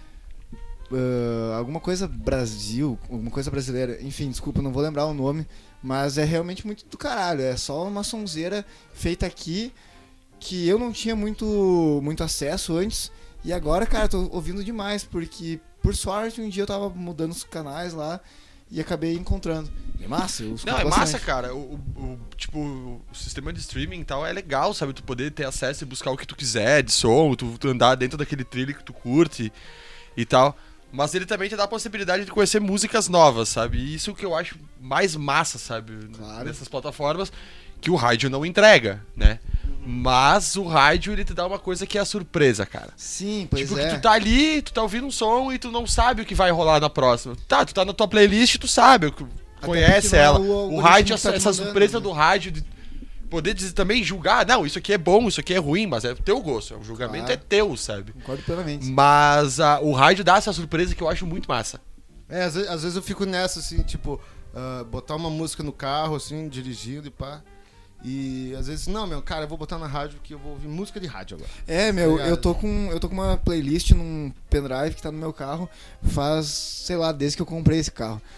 alguma coisa Brasil, alguma coisa brasileira, enfim, desculpa, não vou lembrar o nome, mas é realmente muito do caralho, é só uma sonzeira feita aqui, que eu não tinha muito acesso antes, e agora, cara, tô ouvindo demais, porque, por sorte, um dia eu tava mudando os canais lá, e acabei encontrando. É massa, eu escuto Não, é bastante. massa, cara. Tipo, o sistema de streaming e tal é legal, sabe? Tu poder ter acesso e buscar o que tu quiser de som, tu andar dentro daquele trilho que tu curte e tal. Mas ele também te dá a possibilidade de conhecer músicas novas, sabe? E isso que eu acho mais massa, sabe? Claro. Nessas plataformas, que o rádio não entrega, né? Mas o rádio, ele te dá uma coisa que é a surpresa, cara. Sim, pois Tipo, é. que tu tá ali, tu tá ouvindo um som e tu não sabe o que vai rolar na próxima. Tá, tu tá na tua playlist, tu sabe, conhece porque não é ela. o O algoritmo rádio, que tá te essa mandando, surpresa né? do rádio, de poder também julgar, não, isso aqui é bom, isso aqui é ruim, mas é teu gosto, o julgamento Claro. é teu, sabe? Concordo plenamente. Mas o rádio dá essa surpresa que eu acho muito massa. Às vezes eu fico nessa, assim, tipo, botar uma música no carro, assim, dirigindo e pá. E às vezes, não, meu, cara, eu vou botar na rádio porque eu vou ouvir música de rádio agora. É, meu, Tá eu tô com uma playlist num pendrive que tá no meu carro faz, sei lá, desde que eu comprei esse carro.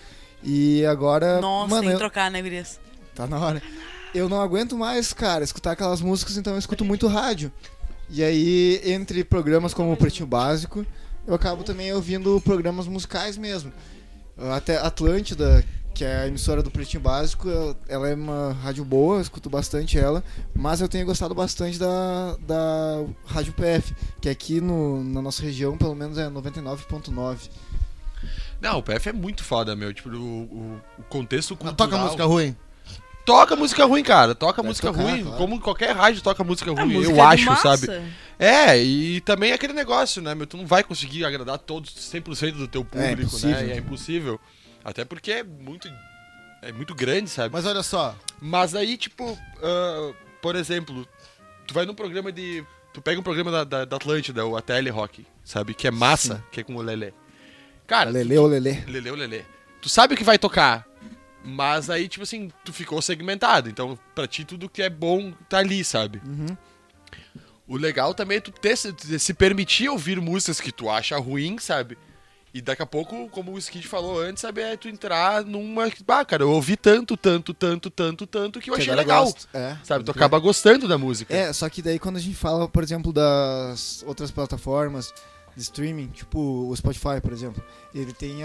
E agora, Nossa, mano, tem que trocar, né, gurias? tá na hora. Eu não aguento mais, cara, escutar aquelas músicas, então eu escuto muito rádio. E aí, entre programas como o Pretinho Básico, eu acabo também ouvindo programas musicais mesmo. Até Atlântida, que é a emissora do Pretinho Básico, ela é uma rádio boa, eu escuto bastante ela, mas eu tenho gostado bastante da Rádio PF, que aqui na nossa região, pelo menos, é 99.9. Não, o PF é muito foda, meu. Tipo, o contexto Mas cultural... toca música ruim. Toca música ruim, cara. Toca Deve música tocar, ruim. claro. Como qualquer rádio toca música A ruim, música eu é de acho, massa. sabe? É, e também aquele negócio, né, meu? Tu não vai conseguir agradar todos 100% do teu público, impossível. né? E é impossível. Até porque é muito grande, sabe? Mas olha só, Mas aí, tipo, por exemplo, tu vai num programa de... Tu pega um programa da Atlântida, o ATL Rock, sabe? Que é massa, que é com o Lelê. Cara, Lelê ou Lelê? Lelê. Tu sabe o que vai tocar, mas aí, tipo assim, tu ficou segmentado. Então, pra ti, tudo que é bom tá ali, sabe? Uhum. O legal também é tu se permitir ouvir músicas que tu acha ruim, sabe? E daqui a pouco, como o Skid falou antes, sabe, é tu entrar numa... Ah, cara, eu ouvi tanto que eu achei agora eu legal. gosto. É, Sabe, tu pode acaba gostando da música. É, só que daí quando a gente fala, por exemplo, das outras plataformas de streaming, tipo o Spotify, por exemplo, ele tem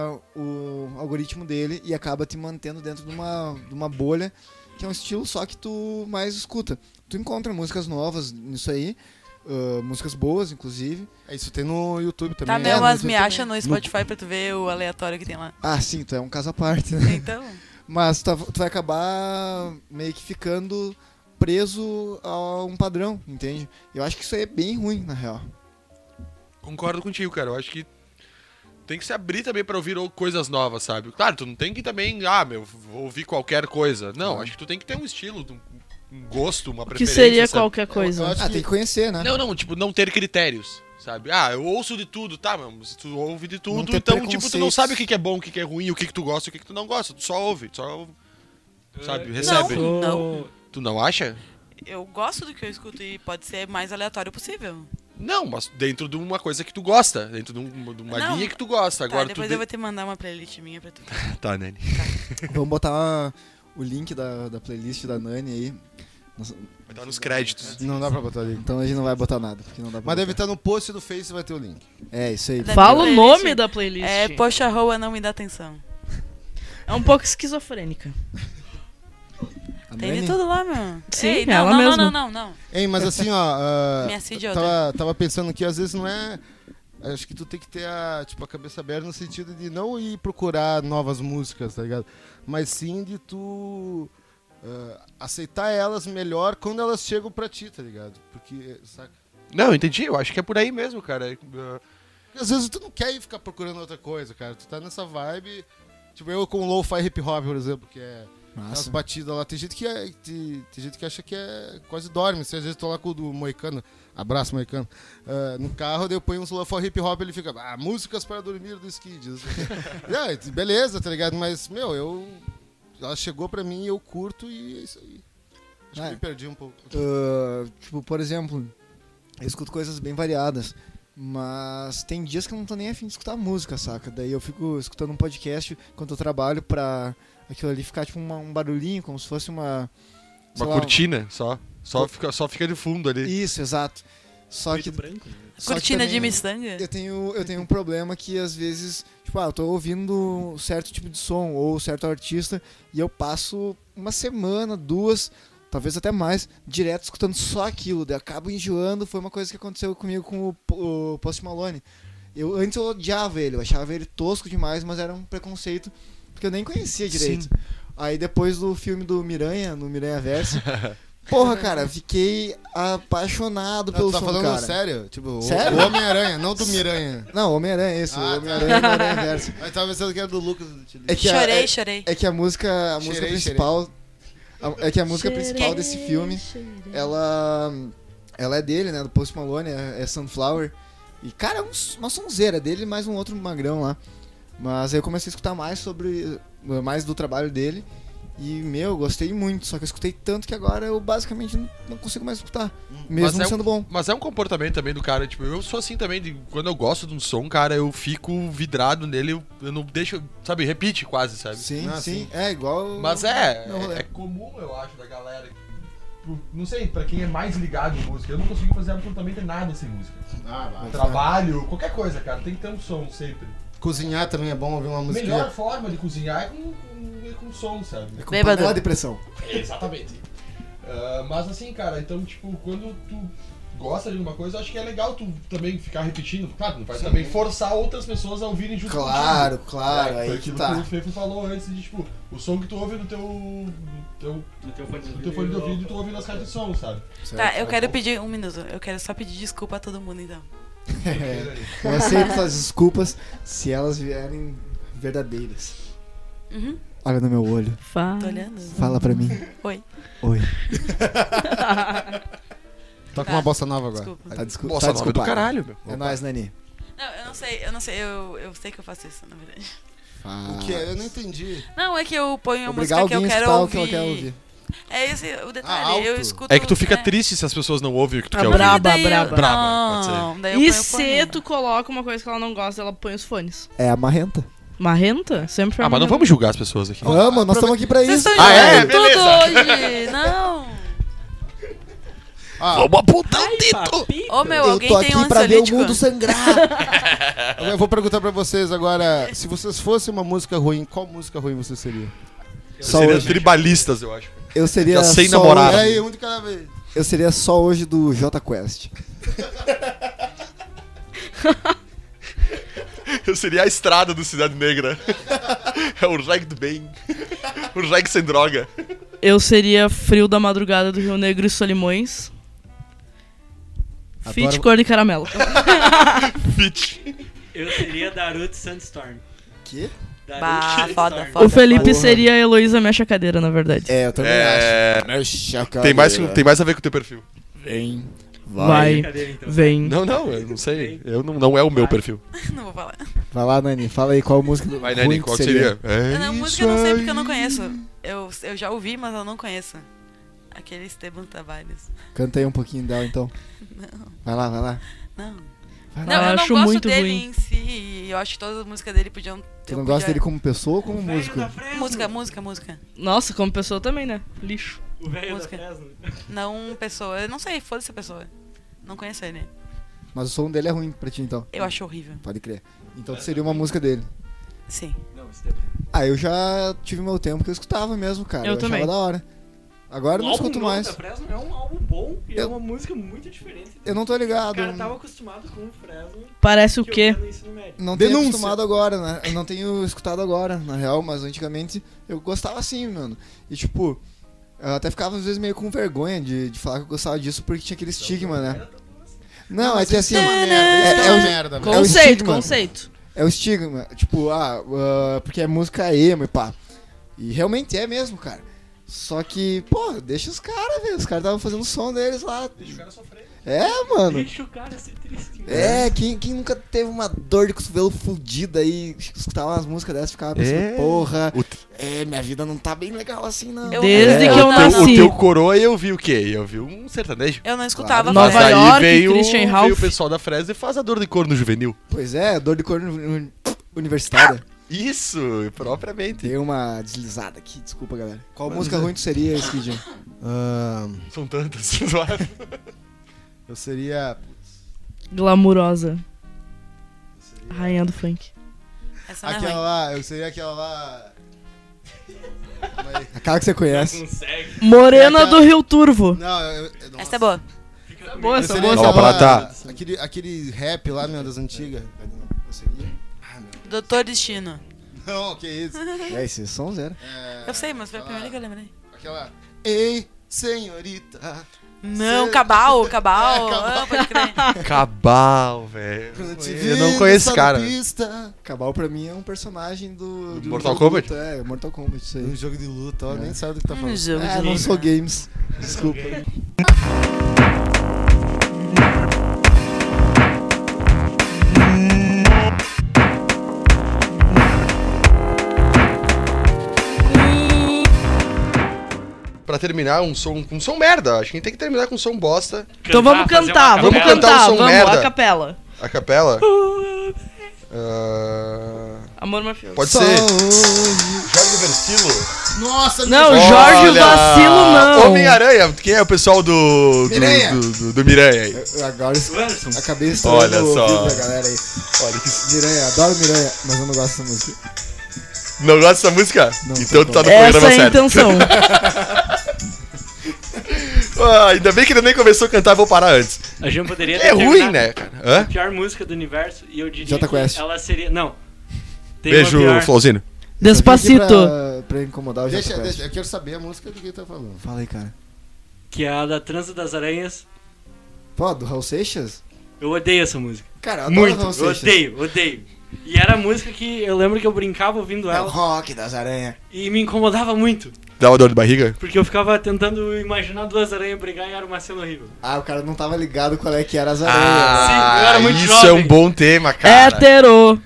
o algoritmo dele e acaba te mantendo dentro de uma bolha, que é um estilo só que tu mais escuta. Tu encontra músicas novas nisso aí, músicas boas, inclusive. isso tem no YouTube também. Tá, né? meu, no mas YouTube me também. acha no Spotify pra tu ver o aleatório que tem lá. Ah, sim, tu é um caso à parte, né? Então, Mas tu vai acabar meio que ficando preso a um padrão, entende? Eu acho que isso aí é bem ruim, na real. Concordo contigo, cara. Eu acho que tem que se abrir também pra ouvir coisas novas, sabe? Claro, tu não tem que também, vou ouvir qualquer coisa. Não, acho que tu tem que ter um estilo, um gosto, uma Que preferência. seria sabe? qualquer coisa. Eu acho Tem que conhecer, né? Não, tipo, não ter critérios, sabe? Eu ouço de tudo, tá, mas se tu ouve de Não tudo, ter então, tipo, tu não preconceitos. sabe o que é bom, o que é ruim, o que tu gosta e o que tu não gosta. Tu só ouve, sabe? Recebe. Não. Tu não acha? eu gosto do que eu escuto e pode ser mais aleatório possível. Não, mas dentro de uma coisa que tu gosta, dentro de uma Não. linha que tu gosta. Agora Tá, depois tu eu vou te mandar uma playlist minha pra tu. Tá, Nani. Vamos botar o link da playlist da Nani aí. Nossa, Vai dar nos créditos. Não dá pra botar link. então a gente não vai botar nada, porque não dá pra Mas deve botar. estar no post do Face e vai ter o link. É, isso aí. Da Fala o minha nome playlist. da playlist. É, poxa, Roa, não me dá atenção. É um pouco esquizofrênica. A Tem Nani? de tudo lá, meu. Sim, Ei, ela não, mesma. não. Hein, mas assim, ó. Me assiste outra. tava pensando que às vezes não é. Acho que tu tem que ter a cabeça aberta no sentido de não ir procurar novas músicas, tá ligado? Mas sim de tu aceitar elas melhor quando elas chegam pra ti, tá ligado? Porque, saca? Não, entendi. Eu acho que é por aí mesmo, cara. Porque às vezes tu não quer ir ficar procurando outra coisa, cara. Tu tá nessa vibe. Tipo, eu com lo-fi hip hop, por exemplo, que é as Massa. batidas lá. Tem gente que acha que é quase dorme. Se às vezes tô lá com o do Moicano, abraço Moicano, no carro, daí eu ponho uns lo-fi hip hop, ele fica, músicas para dormir do Skid. Beleza, tá ligado? Mas, meu, ela chegou pra mim e eu curto e é isso aí. Acho que eu me perdi um pouco. Tipo, por exemplo, eu escuto coisas bem variadas, mas tem dias que eu não tô nem afim de escutar música, saca? Daí eu fico escutando um podcast enquanto eu trabalho pra aquilo ali ficar tipo um barulhinho, como se fosse uma... sei Uma lá, cortina, só fica de fundo ali. Isso, exato. Só que, branco. só que Cortina de também miçanga? eu tenho um problema que às vezes, tipo, eu tô ouvindo certo tipo de som ou certo artista e eu passo uma semana, 2, talvez até mais, direto escutando só aquilo. Daí eu acabo enjoando. Foi uma coisa que aconteceu comigo com o Post Malone. Antes eu odiava ele, eu achava ele tosco demais, mas era um preconceito porque eu nem conhecia direito. Sim. Aí depois do filme do Miranha, no Miranha Verso, porra, cara, fiquei apaixonado pelo Tu tá som, falando cara. sério? Tipo, Sério? o Homem-Aranha, não do Miranha. Não, Homem-Aranha, esse, Ah, o Homem-Aranha no Miranha Verso. Mas tava pensando que era do Lucas do Chile. É que Chorei. É que a música Cheirei, principal. É que a música principal desse filme, ela é dele, né? Do Post Malone, é Sunflower. E, cara, é uma sonzeira dele e mais um outro magrão lá. Mas aí eu comecei a escutar mais do trabalho dele. E, gostei muito, só que eu escutei tanto que agora eu basicamente não consigo mais escutar, mesmo Mas sendo bom. Mas é um comportamento também do cara, tipo, eu sou assim também, quando eu gosto de um som, cara, eu fico vidrado nele, eu não deixo, sabe, repite quase, sabe? Sim, Ah, sim, é igual... Mas Meu rolê. é comum, eu acho, da galera. Não sei, pra quem é mais ligado em música, eu não consigo fazer absolutamente nada sem música. No trabalho, qualquer coisa, cara, tem que ter um som sempre. Cozinhar também é bom ouvir uma A música. melhor forma de cozinhar é com som, sabe? Com Bêbado. panela de pressão. Exatamente. Mas assim, cara, então, tipo, quando tu gosta de uma coisa, eu acho que é legal tu também ficar repetindo. Claro, não vai também forçar outras pessoas a ouvirem junto Claro, contigo. claro, Foi aí que aquilo tá. que o Fefe falou antes de, tipo, o som que tu ouve no teu fone de ouvido e tu ouve nas caixas de som, sabe? Tá, eu quero pedir um minuto. Eu quero só pedir desculpa a todo mundo, então. Eu aceito as desculpas se elas vierem verdadeiras. Uhum. Olha no meu olho, Fala. Tô olhando. fala pra mim. Oi. Oi. Toca uma bossa nova agora. Desculpa. Tá, Nossa, nome do caralho, meu. É nóis, Nani. Não, eu não sei. Eu sei que eu faço isso, na verdade. O que é? Eu não entendi. Não, é que eu ponho a Obrigar música que eu alguém a quero escutar o ouvir. que ela quer ouvir. É esse o detalhe. Ah, eu alto. escuto. É que tu fica triste se as pessoas não ouvem o que tu Ah, quer ouvir. brabo. Daí eu- Braba. Braba, pode ser. Não, daí eu E ponho o se fone. tu coloca uma coisa que ela não gosta, ela põe os fones? É a marrenta. Marrenta? Sempre foi Ah, mas não marrenta. vamos julgar as pessoas aqui. Vamos, nós estamos aqui pra Vocês isso. estão Ah, é? julgando tudo Beleza. hoje. Não. Vamos apontar o dedo! Ô, meu, Eu alguém tô tem aqui um pra ver o ansiolítico? mundo sangrar. Eu vou perguntar pra vocês agora, se vocês fossem uma música ruim, qual música ruim você seria? Só Seriam hoje. tribalistas, eu acho. Eu seria Já sem só namorar. hoje- Peraí, um de cada vez. Eu seria só hoje do Jota Quest. Eu seria a estrada do Cidade Negra. É o reggae do bem. O reggae sem droga. Eu seria Frio da Madrugada do Rio Negro e Solimões. Fit Adoro- cor de caramelo. Fit. Eu seria Darude Sandstorm. Que? Bah, foda. O Felipe Porra. seria a Heloísa Mecha Cadeira, na verdade. É, eu também É... acho. Mexa a Tem cadeira. mais a ver com o teu perfil. Vem. Vai, Cadeira, então. vem. Não, eu não sei. Não é o meu perfil. Não vou falar. Vai lá, Nani. Fala aí qual música do Vai, ruim Nani, que qual que seria? É Não, música eu não sei porque eu não conheço. Eu já ouvi, mas eu não conheço. Aquele Esteban Tavares. Canta aí um pouquinho dela, então. Não, Vai lá, vai lá. não. Vai Não, lá. eu não acho gosto muito dele ruim. em si. Eu acho que todas as músicas dele podiam... Tu não gosta dele como pessoa ou como músico? Música. Nossa, como pessoa também, né? Lixo. O velho da Música. Fresno. Não pessoa. Eu não sei, foda-se a pessoa. Não conheço ele. Mas o som dele é ruim pra ti, então. Eu acho horrível. Pode crer. Então tu seria uma música dele. Sim. Não, Esteban. Ah, eu já tive meu tempo que eu escutava mesmo, cara. Eu achava também. da hora. Agora eu não escuto mais. O Fresno é um álbum bom e é Eu- uma música muito diferente. Eu não tô ligado. O cara tava acostumado com o Fresno. Parece o que quê? eu via no ensino médio. Não tenho Denúncia. acostumado agora, né? Eu não tenho escutado agora, na real, mas antigamente eu gostava assim, mano. E tipo, eu até ficava às vezes meio com vergonha de falar que eu gostava disso porque tinha aquele estigma, né? Não, é que assim. Isso é uma merda, isso é uma merda. velho. Conceito, estigma. conceito. É o estigma. Tipo, porque é música emo e pá. E realmente é mesmo, cara. Só que, pô, deixa os caras, velho. Os caras estavam fazendo o som deles lá. Deixa o cara sofrer. É, mano. Deixa o cara ser triste. É, quem nunca teve uma dor de cotovelo fudida aí, escutava umas músicas dessas e ficava pensando, porra, minha vida não tá bem legal assim, não. Desde É, que eu o O nasci. teu coroa eu vi o quê? Eu vi um sertanejo. Eu não escutava Nova Mas Fresno. daí York, veio, Christian veio Ralph. o pessoal da Fresno e faz a dor de corno juvenil. Pois é, dor de cor universitária. Isso, propriamente. Dei uma deslizada aqui, desculpa, galera. Qual música ruim tu seria, Skid? São tantas. Eu seria... Glamurosa. Rainha do funk. Essa não é Aquela ruim. lá, eu seria aquela lá... Aquela que você conhece. Consegue. Morena do Rio Turvo. Não, nossa. Essa é boa. Boa, Eu essa seria boa. Ó, aquela- Prata. aquele rap lá, meu, das antigas. Eu seria? Doutor Destino. Não, que isso. É, esses são zero. Eu sei, mas foi a primeira que eu lembrei. Aquela... Ei, senhorita. Não, Cabal. Cabal. Ah, pode crer. Cabal, velho. Quando te Eu vi não conheço esse dançar cara. na pista. Cabal pra mim é um personagem do Mortal jogo de Kombat? luta. É, Mortal Kombat, isso Um aí. jogo de luta, ó, nem sabe do que tá falando. Jogo Ah, de não luta. sou games. Desculpa. pra terminar um som merda. Acho que a gente tem que terminar com um som bosta. Então vamos fazer uma cantar, capela. vamos Vamos cantar um cantar, som vamos, merda. a capela. A capela? Amor mafioso. Pode ser Jorge Versilo. Nossa, Não, meu- Jorge Olha, Vacilo não. Homem-Aranha. Quem é o pessoal do Miranha. do Miranha aí? Agora Anderson. acabei estourando Olha o só. ouvido da galera aí. Olha que... Miranha, adoro Miranha, mas eu não gosto dessa música. Não gosta dessa música? Não, Então tu tá no Essa programa é a certo. intenção. Ainda bem que ele nem começou a cantar, vou parar antes. A gente poderia É ruim, né, cara? Hã? A pior música do universo e eu diria Jota que Quest. ela seria... Não. Tem Beijo, uma pior. Flauzino. Despacito. Pra incomodar o Deixa, Jota Quest. eu quero saber a música do que ele tá falando. Fala aí, cara. Que é a da Transa das Aranhas. Pô, do Raul Seixas? Eu odeio essa música. Cara, eu adoro Muito. Raul Eu Seixas. odeio. E era a música que eu lembro que eu brincava ouvindo É o ela rock das aranhas. e me incomodava muito. Dá uma dor de barriga? Porque eu ficava tentando imaginar duas aranhas brigar e era uma cena horrível. Ah, o cara não tava ligado qual é que era as aranhas. Ah, Sim, eu era muito isso jovem. é um bom tema, cara. Hétero.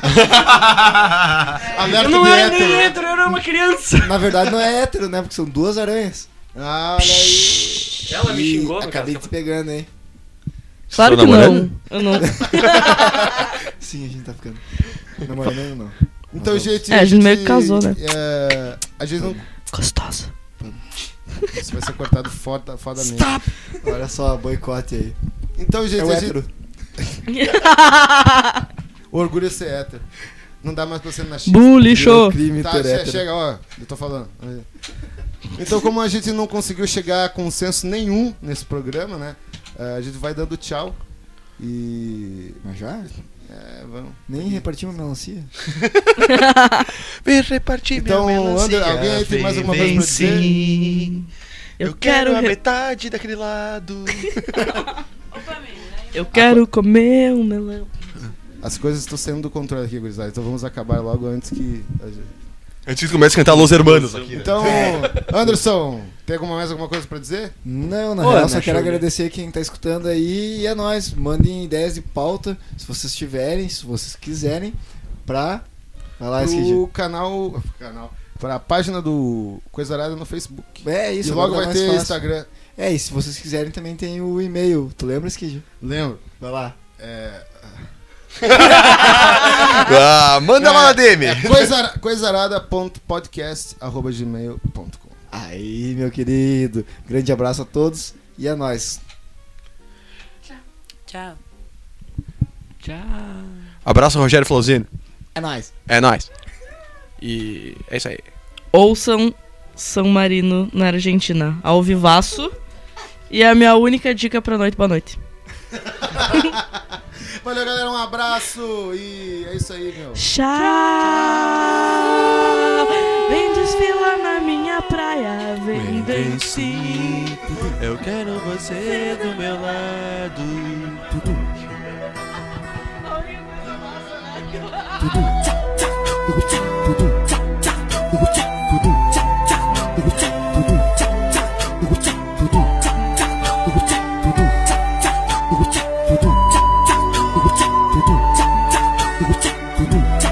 Alerta Eu não de era hétero. nem hétero, eu era uma criança. Na verdade não é hétero, né? Porque são duas aranhas. Ah, olha aí. Ela me E xingou, no acabei caso. te pegando, hein? Claro que Estão não. namorando? Eu não. Sim, a gente tá ficando. Namorando não. Então, gente. É, a gente meio que casou, né? A gente não. Gostosa. Isso vai ser cortado fodamente. Stop. Olha só, boicote aí. Então, gente, É o a gente- hétero. o orgulho é ser hétero. Não dá mais pra ser machista. Bully, Virou show. crime Tá, ter hétero. chega, ó. Eu tô falando. Então, como a gente não conseguiu chegar a consenso nenhum nesse programa, né? A gente vai dando tchau. E. Mas já? Vamos. Nem repartimos melancia. Vem repartir Então, minha melancia, Ander, alguém aí tem mais alguma coisa vem pra dizer? sim. Eu quero a re- metade daquele lado. Eu quero comer um melão. As coisas estão saindo do controle aqui, gurizada. Então vamos acabar logo antes que. Antes que comece a cantar Los Hermanos aqui, né? Então, Anderson, tem mais alguma coisa pra dizer? Não, na Ô, real, né, só quero show, né? agradecer quem tá escutando aí e é nóis. Mandem ideias de pauta, se vocês tiverem, se vocês quiserem, pra... Vai lá, Skid. Pro canal. Pra página do Coisa Arada no Facebook. É isso, E logo agora vai tá mais ter fácil. Instagram. É, e se vocês quiserem também tem o e-mail. Tu lembra, Skid? Lembro? Vai lá. Manda lá na DM. Coisarada.podcast@gmail.com. Aí, meu querido. Grande abraço a todos e é nóis. Tchau. Tchau. Abraço, Rogério Flauzino. É nóis. É nóis. E é isso aí. Ouçam São Marino na Argentina, ao vivaço. E é a minha única dica pra noite, boa noite. Valeu, galera. Um abraço. E é isso aí, meu. Tchau! Vem desfilar na minha praia, vem sim. Eu quero você do meu lado. Tudo.